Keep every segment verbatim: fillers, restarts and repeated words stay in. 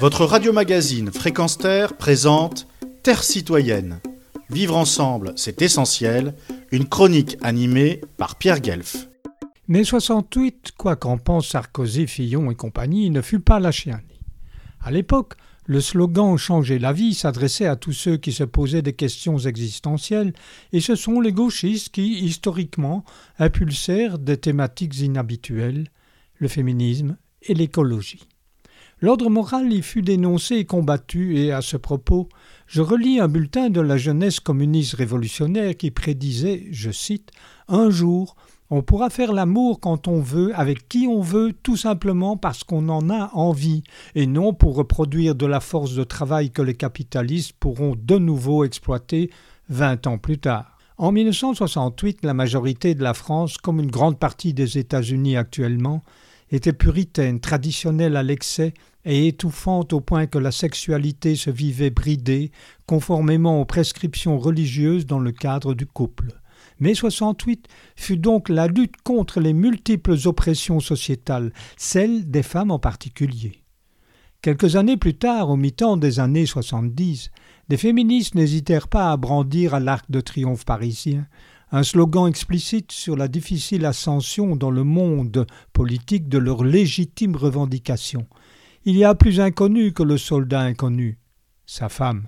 Votre radio-magazine Fréquence Terre présente Terre citoyenne. Vivre ensemble, c'est essentiel. Une chronique animée par Pierre Guelf. mai soixante-huit, quoi qu'en pense Sarkozy, Fillon et compagnie, ne fut pas lâché un nid. À l'époque, le slogan « Changer la vie » s'adressait à tous ceux qui se posaient des questions existentielles, et ce sont les gauchistes qui, historiquement, impulsèrent des thématiques inhabituelles, le féminisme et l'écologie. L'ordre moral y fut dénoncé et combattu, et à ce propos, je relis un bulletin de la jeunesse communiste révolutionnaire qui prédisait, je cite, « Un jour, on pourra faire l'amour quand on veut, avec qui on veut, tout simplement parce qu'on en a envie, et non pour reproduire de la force de travail que les capitalistes pourront de nouveau exploiter vingt ans plus tard. » En mille neuf cent soixante-huit, la majorité de la France, comme une grande partie des États-Unis actuellement, était puritaine, traditionnelle à l'excès et étouffante au point que la sexualité se vivait bridée, conformément aux prescriptions religieuses dans le cadre du couple. mai soixante-huit fut donc la lutte contre les multiples oppressions sociétales, celle des femmes en particulier. Quelques années plus tard, au mi-temps des années soixante-dix, des féministes n'hésitèrent pas à brandir à l'Arc de Triomphe parisien un slogan explicite sur la difficile ascension dans le monde politique de leurs légitimes revendications. Il y a plus inconnu que le soldat inconnu, sa femme.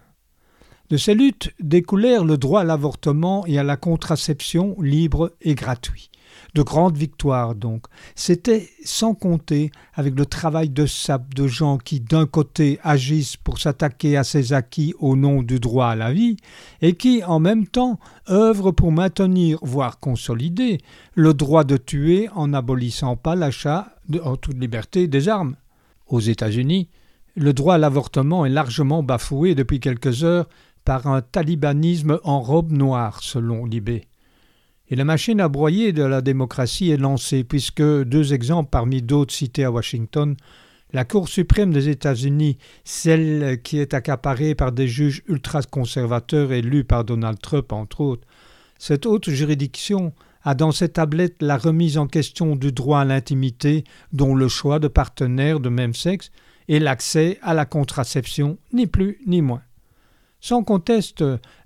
De ces luttes découlèrent le droit à l'avortement et à la contraception libre et gratuit. De grandes victoires donc. C'était sans compter avec le travail de sape de gens qui d'un côté agissent pour s'attaquer à ces acquis au nom du droit à la vie et qui en même temps œuvrent pour maintenir, voire consolider, le droit de tuer en n'abolissant pas l'achat de, en toute liberté des armes. Aux États-Unis, le droit à l'avortement est largement bafoué depuis quelques heures par un talibanisme en robe noire, selon Libé. Et la machine à broyer de la démocratie est lancée, puisque, deux exemples parmi d'autres cités à Washington, la Cour suprême des États-Unis, celle qui est accaparée par des juges ultra-conservateurs élus par Donald Trump, entre autres, cette haute juridiction a dans ses tablettes la remise en question du droit à l'intimité, dont le choix de partenaires de même sexe, et l'accès à la contraception, ni plus ni moins. Sans conteste,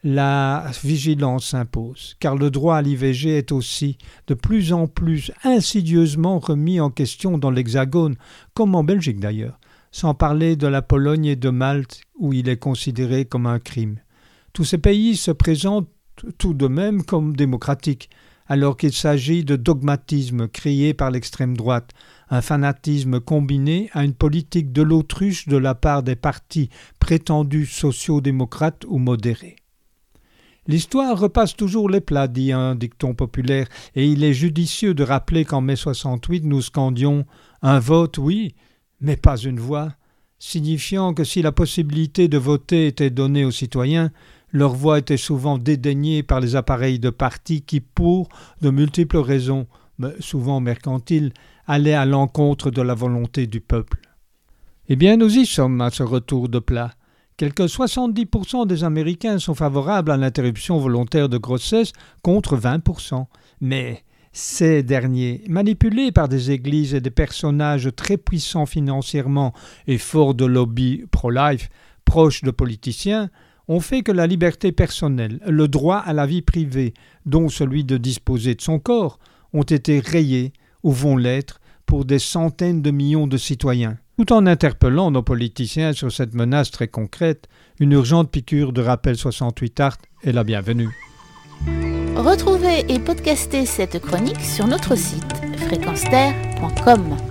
la vigilance s'impose, car le droit à l'I V G est aussi de plus en plus insidieusement remis en question dans l'Hexagone, comme en Belgique d'ailleurs, sans parler de la Pologne et de Malte, où il est considéré comme un crime. Tous ces pays se présentent tout de même comme démocratiques, alors qu'il s'agit de dogmatisme créé par l'extrême droite, un fanatisme combiné à une politique de l'autruche de la part des partis prétendus sociaux-démocrates ou modérés. L'histoire repasse toujours les plats, dit un dicton populaire, et il est judicieux de rappeler qu'en mai soixante-huit nous scandions « un vote, oui, mais pas une voix », signifiant que si la possibilité de voter était donnée aux citoyens, leur voix était souvent dédaignée par les appareils de partis qui, pour de multiples raisons, mais souvent mercantiles, allaient à l'encontre de la volonté du peuple. Eh bien, nous y sommes à ce retour de plat. Quelque soixante-dix pour cent des Américains sont favorables à l'interruption volontaire de grossesse contre vingt pour cent. Mais ces derniers, manipulés par des églises et des personnages très puissants financièrement et forts de lobby pro-life, proches de politiciens, ont fait que la liberté personnelle, le droit à la vie privée, dont celui de disposer de son corps, ont été rayés ou vont l'être pour des centaines de millions de citoyens. Tout en interpellant nos politiciens sur cette menace très concrète, une urgente piqûre de rappel soixante-huit Art est la bienvenue. Retrouvez et podcastez cette chronique sur notre site fréquence terre point com.